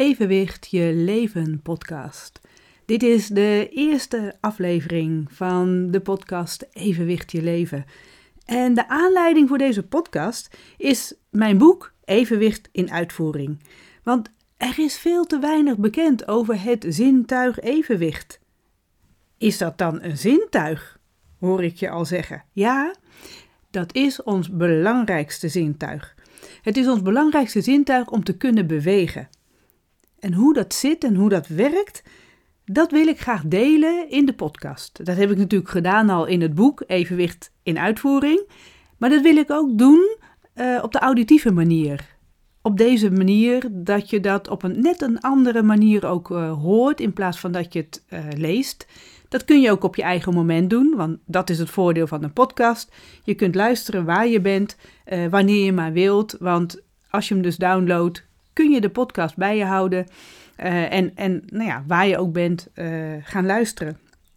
Evenwicht je leven podcast. Dit is de eerste aflevering van de podcast Evenwicht je leven. En de aanleiding voor deze podcast is mijn boek Evenwicht in uitvoering. Want er is veel te weinig bekend over het zintuig evenwicht. Is dat dan een zintuig? Hoor ik je al zeggen. Ja, dat is ons belangrijkste zintuig. Het is ons belangrijkste zintuig om te kunnen bewegen. En hoe dat zit en hoe dat werkt, dat wil ik graag delen in de podcast. Dat heb ik natuurlijk gedaan al in het boek Evenwicht in uitvoering. Maar dat wil ik ook doen op de auditieve manier. Op deze manier dat je dat op een net een andere manier ook hoort in plaats van dat je het leest. Dat kun je ook op je eigen moment doen, want dat is het voordeel van een podcast. Je kunt luisteren waar je bent, wanneer je maar wilt. Want als je hem dus downloadt, kun je de podcast bij je houden en waar je ook bent gaan luisteren.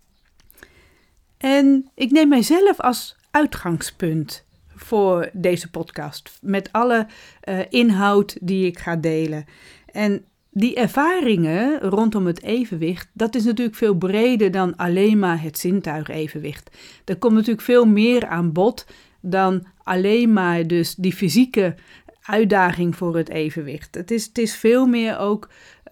En ik neem mijzelf als uitgangspunt voor deze podcast met alle inhoud die ik ga delen. En die ervaringen rondom het evenwicht, dat is natuurlijk veel breder dan alleen maar het zintuig evenwicht. Er komt natuurlijk veel meer aan bod dan alleen maar dus die fysieke uitdaging voor het evenwicht. Het is veel meer ook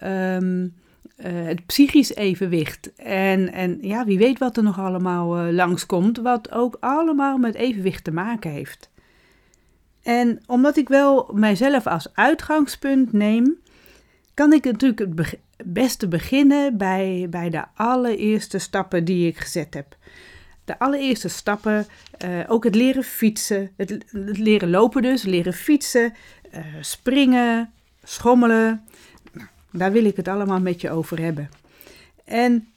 het psychisch evenwicht. En ja, wie weet wat er nog allemaal langskomt, wat ook allemaal met evenwicht te maken heeft. En omdat ik wel mijzelf als uitgangspunt neem, kan ik natuurlijk het beste beginnen bij de allereerste stappen die ik gezet heb. De allereerste stappen, ook het leren fietsen, het leren lopen dus, leren fietsen, springen, schommelen. Nou, daar wil ik het allemaal met je over hebben. En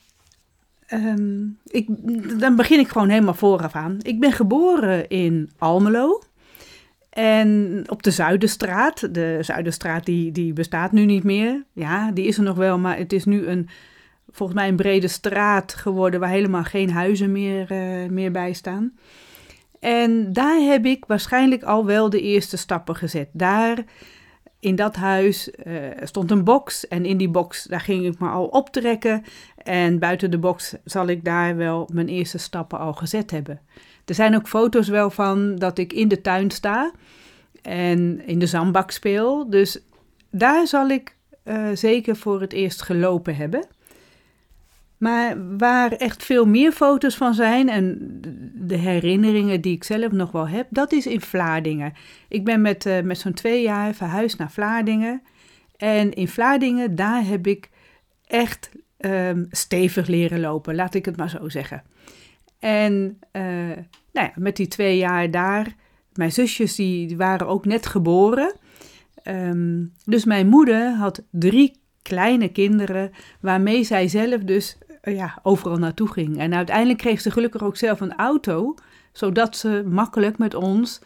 dan begin ik gewoon helemaal vooraf aan. Ik ben geboren in Almelo. En op de Zuiderstraat. De Zuiderstraat die bestaat nu niet meer. Ja, die is er nog wel, maar het is nu volgens mij een brede straat geworden waar helemaal geen huizen meer bij staan. En daar heb ik waarschijnlijk al wel de eerste stappen gezet. Daar in dat huis stond een box en in die box daar ging ik me al optrekken. En buiten de box zal ik daar wel mijn eerste stappen al gezet hebben. Er zijn ook foto's wel van dat ik in de tuin sta en in de zandbak speel. Dus daar zal ik zeker voor het eerst gelopen hebben. Maar waar echt veel meer foto's van zijn en de herinneringen die ik zelf nog wel heb, dat is in Vlaardingen. Ik ben met zo'n 2 jaar verhuisd naar Vlaardingen. En in Vlaardingen, daar heb ik echt stevig leren lopen, laat ik het maar zo zeggen. En met die 2 jaar daar, mijn zusjes die waren ook net geboren. Dus mijn moeder had 3 kleine kinderen waarmee zij zelf dus overal naartoe ging. En uiteindelijk kreeg ze gelukkig ook zelf een auto, zodat ze makkelijk met ons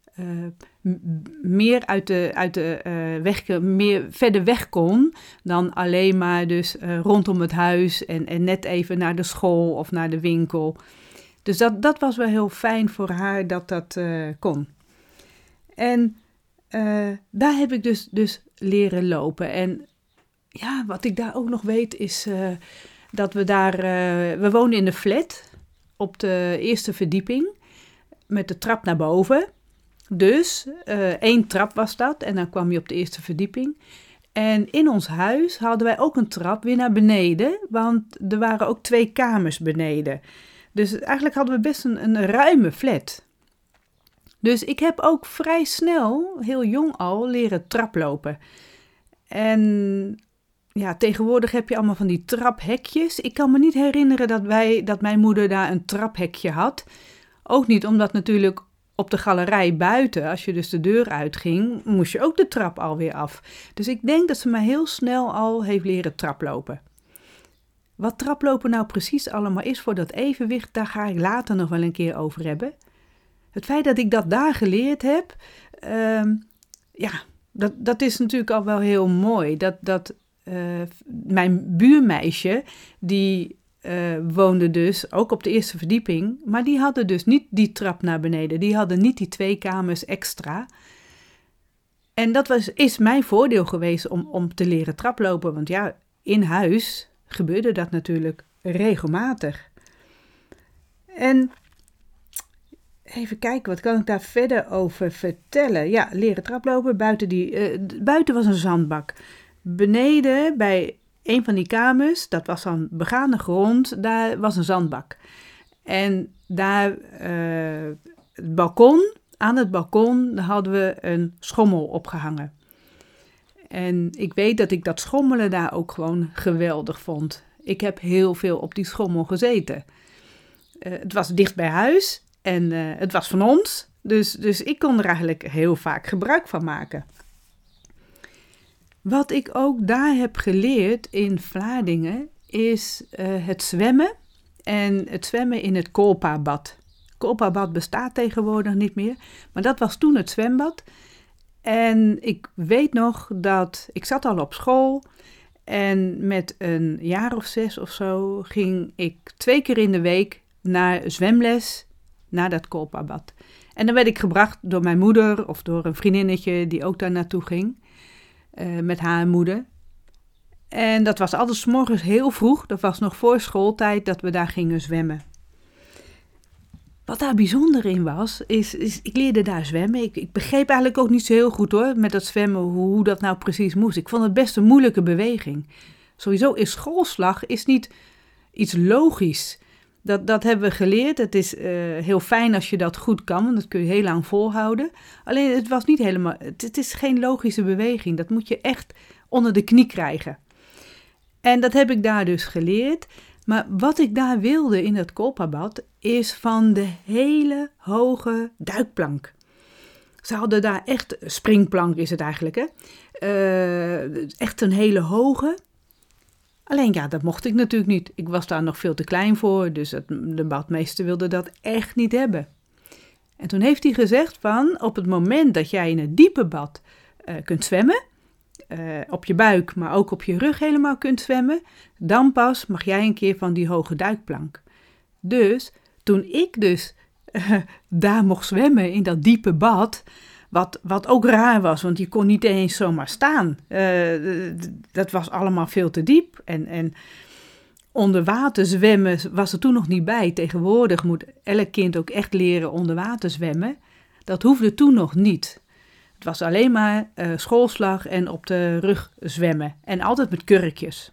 meer uit de weg, meer verder weg kon dan alleen maar dus rondom het huis en net even naar de school of naar de winkel. Dus dat was wel heel fijn voor haar dat kon. En daar heb ik dus leren lopen. En ja, wat ik daar ook nog weet is dat we woonden in de flat op de eerste verdieping met de trap naar boven. Dus 1 trap was dat en dan kwam je op de eerste verdieping. En in ons huis hadden wij ook een trap weer naar beneden, want er waren ook 2 kamers beneden. Dus eigenlijk hadden we best een ruime flat. Dus ik heb ook vrij snel, heel jong al, leren traplopen. En ja, tegenwoordig heb je allemaal van die traphekjes. Ik kan me niet herinneren dat mijn moeder daar een traphekje had. Ook niet omdat natuurlijk op de galerij buiten, als je dus de deur uitging, moest je ook de trap alweer af. Dus ik denk dat ze mij heel snel al heeft leren traplopen. Wat traplopen nou precies allemaal is voor dat evenwicht, daar ga ik later nog wel een keer over hebben. Het feit dat ik dat daar geleerd heb, dat is natuurlijk al wel heel mooi. Dat mijn buurmeisje, die woonde dus ook op de eerste verdieping, maar die hadden dus niet die trap naar beneden. Die hadden niet die 2 kamers extra. En dat is mijn voordeel geweest om te leren traplopen. Want ja, in huis gebeurde dat natuurlijk regelmatig. En even kijken, wat kan ik daar verder over vertellen? Ja, leren traplopen. Buiten was een zandbak. Beneden bij een van die kamers, dat was dan begane grond, daar was een zandbak. En daar, het balkon, aan het balkon hadden we een schommel opgehangen. En ik weet dat ik dat schommelen daar ook gewoon geweldig vond. Ik heb heel veel op die schommel gezeten. Het was dicht bij huis en het was van ons. Dus ik kon er eigenlijk heel vaak gebruik van maken. Wat ik ook daar heb geleerd in Vlaardingen is het zwemmen. En het zwemmen in het Kolpabad. Het Kolpabad bestaat tegenwoordig niet meer. Maar dat was toen het zwembad. En ik weet nog dat ik zat al op school. En met een jaar of 6 of zo ging ik 2 keer in de week naar zwemles naar dat Kolpabad. En dan werd ik gebracht door mijn moeder of door een vriendinnetje die ook daar naartoe ging. Met haar moeder. En dat was altijd 's morgens heel vroeg. Dat was nog voor schooltijd dat we daar gingen zwemmen. Wat daar bijzonder in was, is ik leerde daar zwemmen. Ik begreep eigenlijk ook niet zo heel goed hoor, met dat zwemmen, hoe dat nou precies moest. Ik vond het best een moeilijke beweging. Sowieso is schoolslag niet iets logisch. Dat hebben we geleerd. Het is heel fijn als je dat goed kan, want dat kun je heel lang volhouden. Alleen het was niet helemaal, het is geen logische beweging. Dat moet je echt onder de knie krijgen. En dat heb ik daar dus geleerd. Maar wat ik daar wilde in het Kolpabad is van de hele hoge duikplank. Ze hadden daar echt, springplank is het eigenlijk hè. Echt een hele hoge. Alleen ja, dat mocht ik natuurlijk niet. Ik was daar nog veel te klein voor, dus de badmeester wilde dat echt niet hebben. En toen heeft hij gezegd van, op het moment dat jij in het diepe bad kunt zwemmen, op je buik, maar ook op je rug helemaal kunt zwemmen, dan pas mag jij een keer van die hoge duikplank. Dus toen ik dus daar mocht zwemmen in dat diepe bad, wat ook raar was, want je kon niet eens zomaar staan. Dat was allemaal veel te diep. En onder water zwemmen was er toen nog niet bij. Tegenwoordig moet elk kind ook echt leren onder water zwemmen. Dat hoefde toen nog niet. Het was alleen maar schoolslag en op de rug zwemmen. En altijd met kurkjes.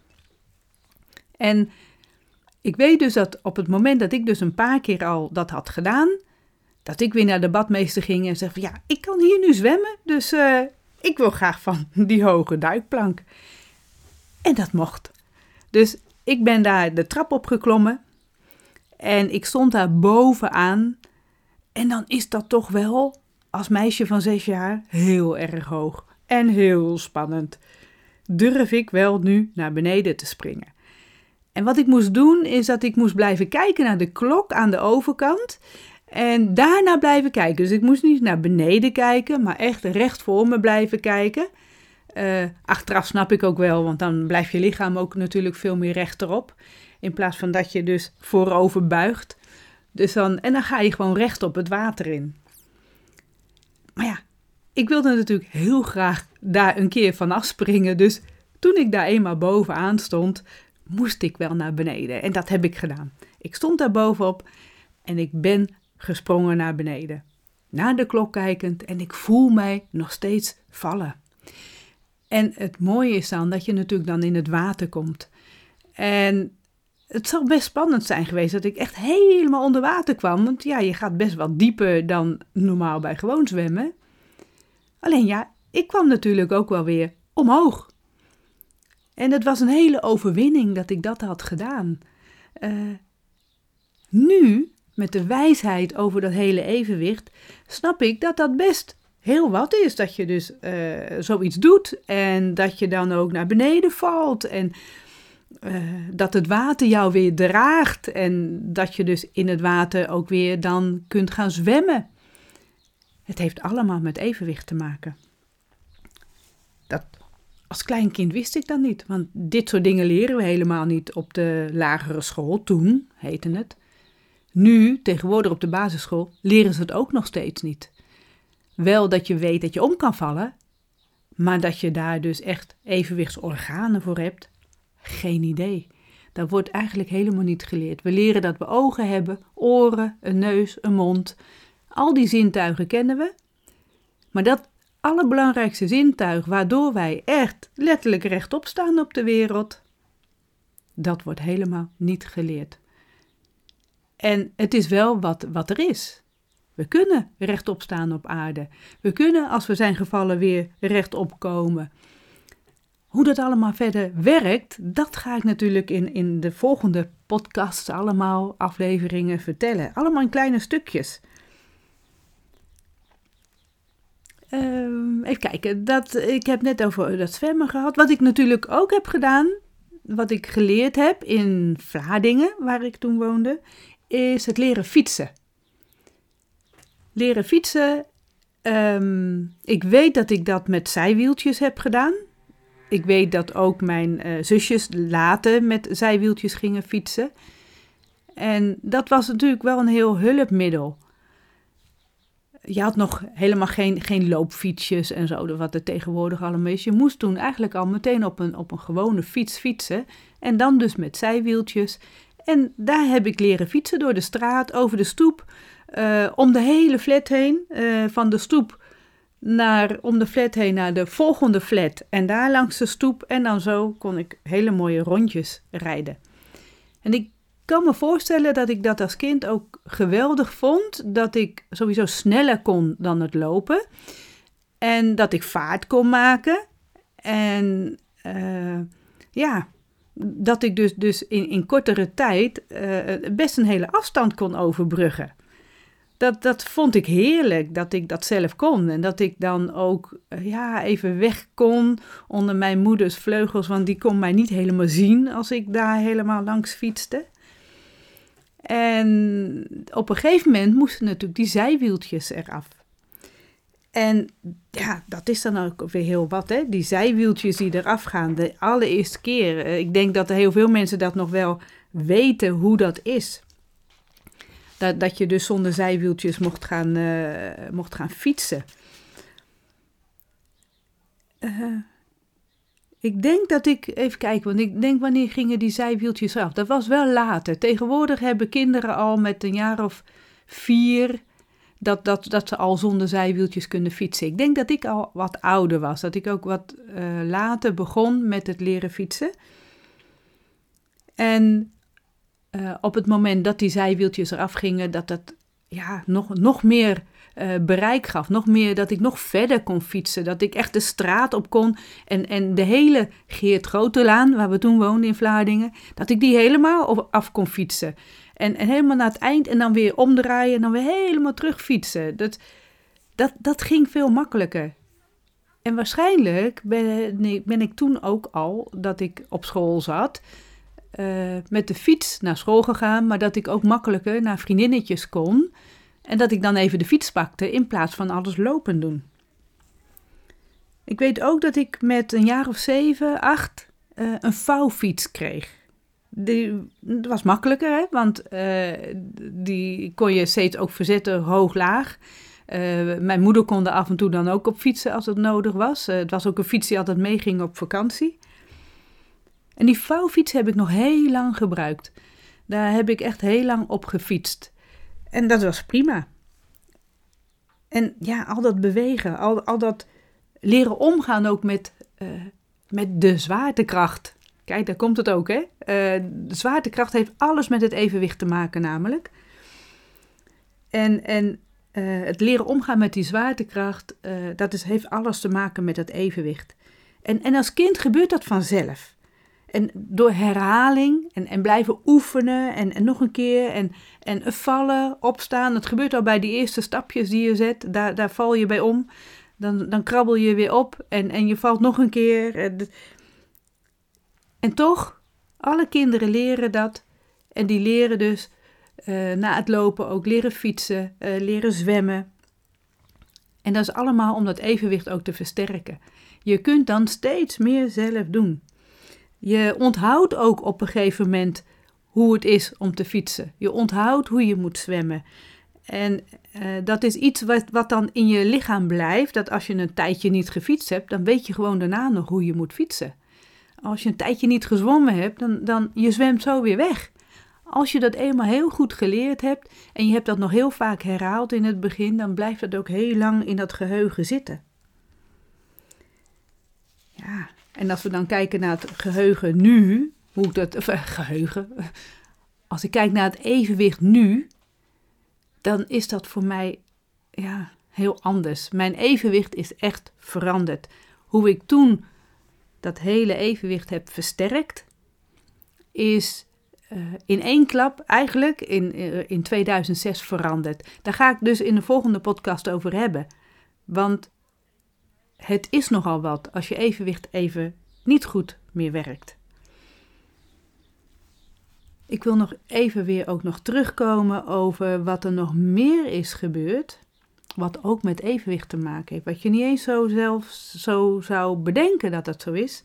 En ik weet dus dat op het moment dat ik dus een paar keer al dat had gedaan, dat ik weer naar de badmeester ging en zei van ja, ik kan hier nu zwemmen, dus ik wil graag van die hoge duikplank. En dat mocht. Dus ik ben daar de trap opgeklommen en ik stond daar bovenaan. En dan is dat toch wel, als meisje van 6 jaar, heel erg hoog en heel spannend. Durf ik wel nu naar beneden te springen? En wat ik moest doen, is dat ik moest blijven kijken naar de klok aan de overkant en daarna blijven kijken. Dus ik moest niet naar beneden kijken, maar echt recht voor me blijven kijken. Achteraf snap ik ook wel, want dan blijft je lichaam ook natuurlijk veel meer rechterop. In plaats van dat je dus voorover buigt. En dan ga je gewoon recht op het water in. Maar ja, ik wilde natuurlijk heel graag daar een keer van afspringen. Dus toen ik daar eenmaal bovenaan stond, moest ik wel naar beneden. En dat heb ik gedaan. Ik stond daar bovenop en ik ben gesprongen naar beneden. Naar de klok kijkend en ik voel mij nog steeds vallen. En het mooie is dan dat je natuurlijk dan in het water komt. En het zal best spannend zijn geweest dat ik echt helemaal onder water kwam. Want ja, je gaat best wat dieper dan normaal bij gewoon zwemmen. Alleen ja, ik kwam natuurlijk ook wel weer omhoog. En het was een hele overwinning dat ik dat had gedaan. Nu, met de wijsheid over dat hele evenwicht, snap ik dat dat best heel wat is. Dat je dus zoiets doet en dat je dan ook naar beneden valt. En dat het water jou weer draagt en dat je dus in het water ook weer dan kunt gaan zwemmen. Het heeft allemaal met evenwicht te maken. Dat, als klein kind wist ik dat niet, want dit soort dingen leren we helemaal niet op de lagere school. Toen heette het. Nu, tegenwoordig op de basisschool, leren ze het ook nog steeds niet. Wel dat je weet dat je om kan vallen, Maar dat je daar dus echt evenwichtsorganen voor hebt, geen idee. Dat wordt eigenlijk helemaal niet geleerd. We leren dat we ogen hebben, oren, een neus, een mond. Al die zintuigen kennen we. Maar dat allerbelangrijkste zintuig waardoor wij echt letterlijk rechtop staan op de wereld, dat wordt helemaal niet geleerd. En het is wel wat er is. We kunnen rechtop staan op aarde. We kunnen, als we zijn gevallen, weer rechtop komen. Hoe dat allemaal verder werkt, dat ga ik natuurlijk in de volgende podcasts allemaal afleveringen vertellen. Allemaal in kleine stukjes. Even kijken, ik heb net over dat zwemmen gehad. Wat ik natuurlijk ook heb gedaan, wat ik geleerd heb in Vlaardingen, waar ik toen woonde, is het leren fietsen. Leren fietsen, ik weet dat ik dat met zijwieltjes heb gedaan. Ik weet dat ook mijn zusjes later met zijwieltjes gingen fietsen. En dat was natuurlijk wel een heel hulpmiddel. Je had nog helemaal geen loopfietsjes en zo, wat er tegenwoordig allemaal is. Je moest toen eigenlijk al meteen op een gewone fiets fietsen. En dan dus met zijwieltjes. En daar heb ik leren fietsen door de straat, over de stoep, om de hele flat heen. Van de stoep om de flat heen naar de volgende flat. En daar langs de stoep. En dan zo kon ik hele mooie rondjes rijden. En ik kan me voorstellen dat ik dat als kind ook geweldig vond. Dat ik sowieso sneller kon dan het lopen. En dat ik vaart kon maken. En dat ik dus in kortere tijd best een hele afstand kon overbruggen. Dat vond ik heerlijk, dat ik dat zelf kon. En dat ik dan ook even weg kon onder mijn moeders vleugels. Want die kon mij niet helemaal zien als ik daar helemaal langs fietste. En op een gegeven moment moesten natuurlijk die zijwieltjes eraf. En ja, dat is dan ook weer heel wat, hè? Die zijwieltjes die eraf gaan, de allereerste keer. Ik denk dat er heel veel mensen dat nog wel weten hoe dat is. Dat je dus zonder zijwieltjes mocht gaan fietsen. Ik denk dat even kijken, want ik denk wanneer gingen die zijwieltjes af? Dat was wel later. Tegenwoordig hebben kinderen al met een jaar of 4 dat ze al zonder zijwieltjes kunnen fietsen. Ik denk dat ik al wat ouder was, dat ik ook wat later begon met het leren fietsen. En op het moment dat die zijwieltjes eraf gingen, dat nog meer bereik gaf. Nog meer dat ik nog verder kon fietsen. Dat ik echt de straat op kon. En de hele Geert Grotelaan, waar we toen woonden in Vlaardingen, dat ik die helemaal af kon fietsen. En helemaal naar het eind en dan weer omdraaien en dan weer helemaal terug fietsen. Dat ging veel makkelijker. En waarschijnlijk ben ik toen ook al, dat ik op school zat, met de fiets naar school gegaan, maar dat ik ook makkelijker naar vriendinnetjes kon. En dat ik dan even de fiets pakte in plaats van alles lopen doen. Ik weet ook dat ik met een jaar of 7, 8 een vouwfiets kreeg. Dat was makkelijker, hè? Want die kon je steeds ook verzetten, hoog-laag. Mijn moeder kon er af en toe dan ook op fietsen als het nodig was. Het was ook een fiets die altijd meeging op vakantie. En die vouwfiets heb ik nog heel lang gebruikt. Daar heb ik echt heel lang op gefietst. En dat was prima. En ja, al dat bewegen, al dat leren omgaan ook met de zwaartekracht. Kijk, daar komt het ook, hè. De zwaartekracht heeft alles met het evenwicht te maken namelijk. En het leren omgaan met die zwaartekracht, heeft alles te maken met het evenwicht. En als kind gebeurt dat vanzelf. En door herhaling en blijven oefenen en nog een keer en vallen, opstaan. Het gebeurt al bij die eerste stapjes die je zet. Daar val je bij om. Dan krabbel je weer op en je valt nog een keer. En toch, alle kinderen leren dat. En die leren dus na het lopen ook leren fietsen, leren zwemmen. En dat is allemaal om dat evenwicht ook te versterken. Je kunt dan steeds meer zelf doen. Je onthoudt ook op een gegeven moment hoe het is om te fietsen. Je onthoudt hoe je moet zwemmen. En dat is iets wat dan in je lichaam blijft. Dat als je een tijdje niet gefietst hebt, dan weet je gewoon daarna nog hoe je moet fietsen. Als je een tijdje niet gezwommen hebt, dan je zwemt zo weer weg. Als je dat eenmaal heel goed geleerd hebt en je hebt dat nog heel vaak herhaald in het begin, dan blijft dat ook heel lang in dat geheugen zitten. Ja, en als we dan kijken naar het geheugen nu, als ik kijk naar het evenwicht nu, dan is dat voor mij heel anders. Mijn evenwicht is echt veranderd. Hoe ik toen dat hele evenwicht heb versterkt, is in één klap eigenlijk in 2006 veranderd. Daar ga ik dus in de volgende podcast over hebben. Want het is nogal wat als je evenwicht even niet goed meer werkt. Ik wil nog even weer ook nog terugkomen over wat er nog meer is gebeurd. Wat ook met evenwicht te maken heeft. Wat je niet eens zo zou bedenken dat dat zo is.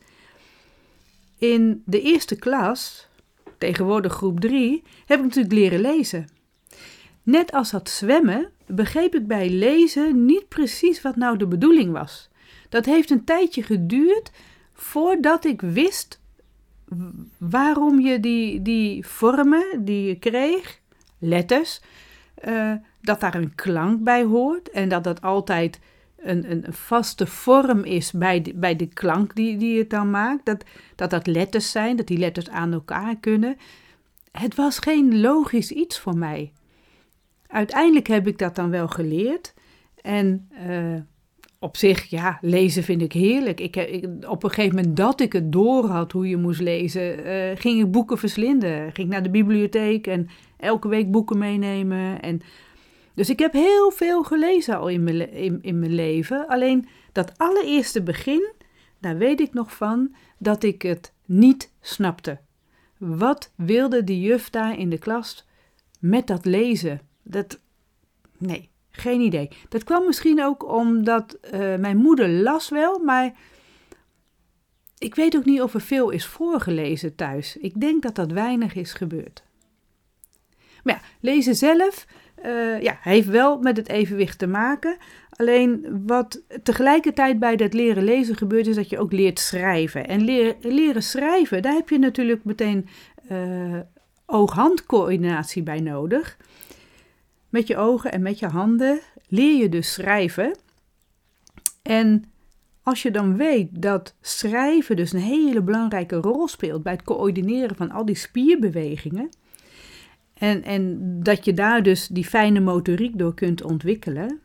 In de eerste klas, tegenwoordig groep 3, heb ik natuurlijk leren lezen. Net als dat zwemmen, begreep ik bij lezen niet precies wat nou de bedoeling was. Dat heeft een tijdje geduurd voordat ik wist waarom je die vormen die je kreeg, letters, dat daar een klank bij hoort en dat dat altijd een vaste vorm is bij de klank die het dan maakt. Dat letters zijn, dat die letters aan elkaar kunnen. Het was geen logisch iets voor mij. Uiteindelijk heb ik dat dan wel geleerd. En op zich, lezen vind ik heerlijk. Op een gegeven moment dat ik het door had hoe je moest lezen, ging ik boeken verslinden. Ging naar de bibliotheek en elke week boeken meenemen. Dus ik heb heel veel gelezen al in mijn leven. Alleen dat allereerste begin, daar weet ik nog van dat ik het niet snapte. Wat wilde die juf daar in de klas met dat lezen? Nee, geen idee. Dat kwam misschien ook omdat mijn moeder las wel, maar ik weet ook niet of er veel is voorgelezen thuis. Ik denk dat dat weinig is gebeurd. Maar ja, lezen zelf heeft wel met het evenwicht te maken. Alleen wat tegelijkertijd bij dat leren lezen gebeurt, is dat je ook leert schrijven. En leren schrijven, daar heb je natuurlijk meteen oog-handcoördinatie bij nodig. Met je ogen en met je handen leer je dus schrijven. En als je dan weet dat schrijven dus een hele belangrijke rol speelt bij het coördineren van al die spierbewegingen. En dat je daar dus die fijne motoriek door kunt ontwikkelen.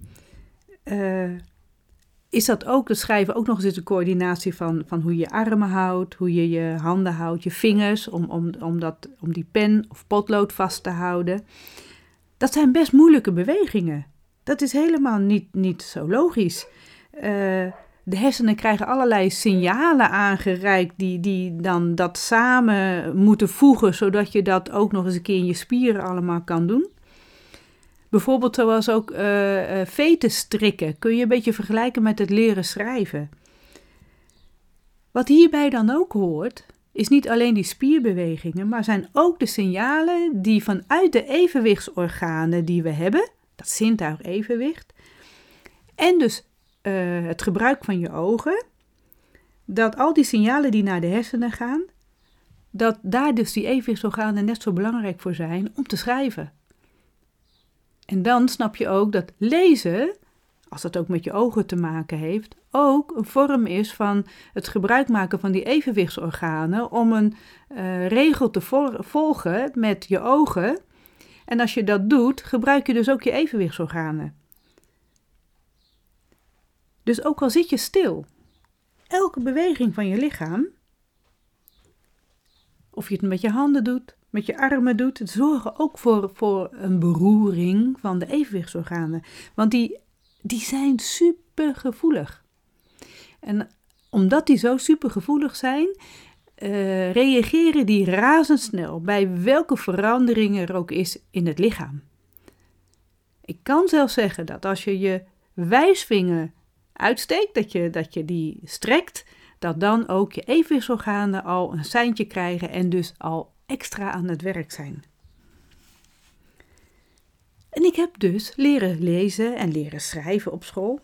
Is dat ook, het schrijven ook nog eens de coördinatie van hoe je je armen houdt, hoe je je handen houdt, je vingers, om die pen of potlood vast te houden. Dat zijn best moeilijke bewegingen. Dat is helemaal niet zo logisch. De hersenen krijgen allerlei signalen aangereikt die dan dat samen moeten voegen, zodat je dat ook nog eens een keer in je spieren allemaal kan doen. Bijvoorbeeld zoals ook veten strikken kun je een beetje vergelijken met het leren schrijven. Wat hierbij dan ook hoort, is niet alleen die spierbewegingen, maar zijn ook de signalen die vanuit de evenwichtsorganen die we hebben, dat zintuig evenwicht, en dus het gebruik van je ogen, dat al die signalen die naar de hersenen gaan, dat daar dus die evenwichtsorganen net zo belangrijk voor zijn om te schrijven. En dan snap je ook dat lezen, als dat ook met je ogen te maken heeft, ook een vorm is van het gebruik maken van die evenwichtsorganen om een regel te volgen met je ogen. En als je dat doet, gebruik je dus ook je evenwichtsorganen. Dus ook al zit je stil, elke beweging van je lichaam, of je het met je handen doet, met je armen doet, het zorgen ook voor een beroering van de evenwichtsorganen. Want die zijn supergevoelig. En omdat die zo supergevoelig zijn, reageren die razendsnel bij welke verandering er ook is in het lichaam. Ik kan zelfs zeggen dat als je je wijsvinger uitsteekt, dat je die strekt, dat dan ook je evenwichtsorganen al een seintje krijgen en dus al extra aan het werk zijn. En ik heb dus leren lezen en leren schrijven op school.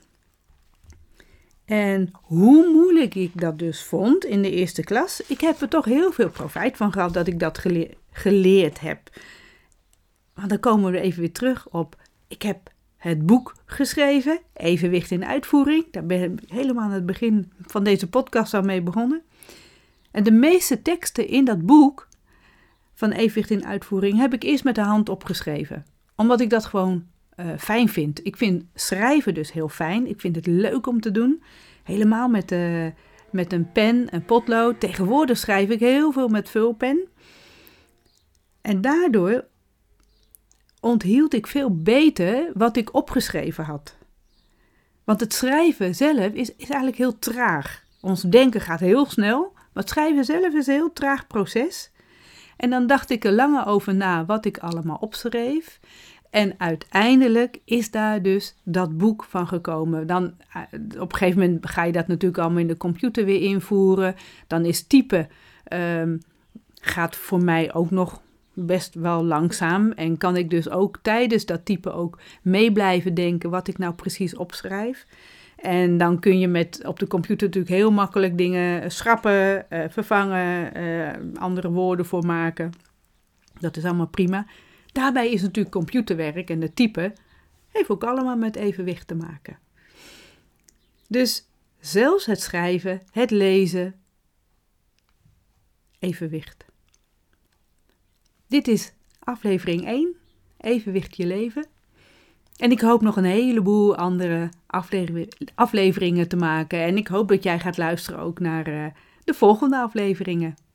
En hoe moeilijk ik dat dus vond in de eerste klas, ik heb er toch heel veel profijt van gehad dat ik dat geleerd heb. Want dan komen we even weer terug op, ik heb het boek geschreven, Evenwicht in uitvoering. Daar ben ik helemaal aan het begin van deze podcast al mee begonnen. En de meeste teksten in dat boek van Evenwicht in uitvoering heb ik eerst met de hand opgeschreven. Omdat ik dat gewoon fijn vind. Ik vind schrijven dus heel fijn. Ik vind het leuk om te doen. Helemaal met een pen, een potlood. Tegenwoordig schrijf ik heel veel met vulpen. En daardoor onthield ik veel beter wat ik opgeschreven had. Want het schrijven zelf is eigenlijk heel traag. Ons denken gaat heel snel, maar het schrijven zelf is een heel traag proces. En dan dacht ik er langer over na wat ik allemaal opschreef. En uiteindelijk is daar dus dat boek van gekomen. Dan, op een gegeven moment ga je dat natuurlijk allemaal in de computer weer invoeren. Dan is typen, gaat voor mij ook nog best wel langzaam. En kan ik dus ook tijdens dat typen ook mee blijven denken wat ik nou precies opschrijf. En dan kun je op de computer natuurlijk heel makkelijk dingen schrappen, vervangen, andere woorden voor maken. Dat is allemaal prima. Daarbij is natuurlijk computerwerk en het typen heeft ook allemaal met evenwicht te maken. Dus zelfs het schrijven, het lezen, evenwicht. Dit is aflevering 1, Evenwicht je leven. En ik hoop nog een heleboel andere afleveringen te maken. En ik hoop dat jij gaat luisteren ook naar de volgende afleveringen.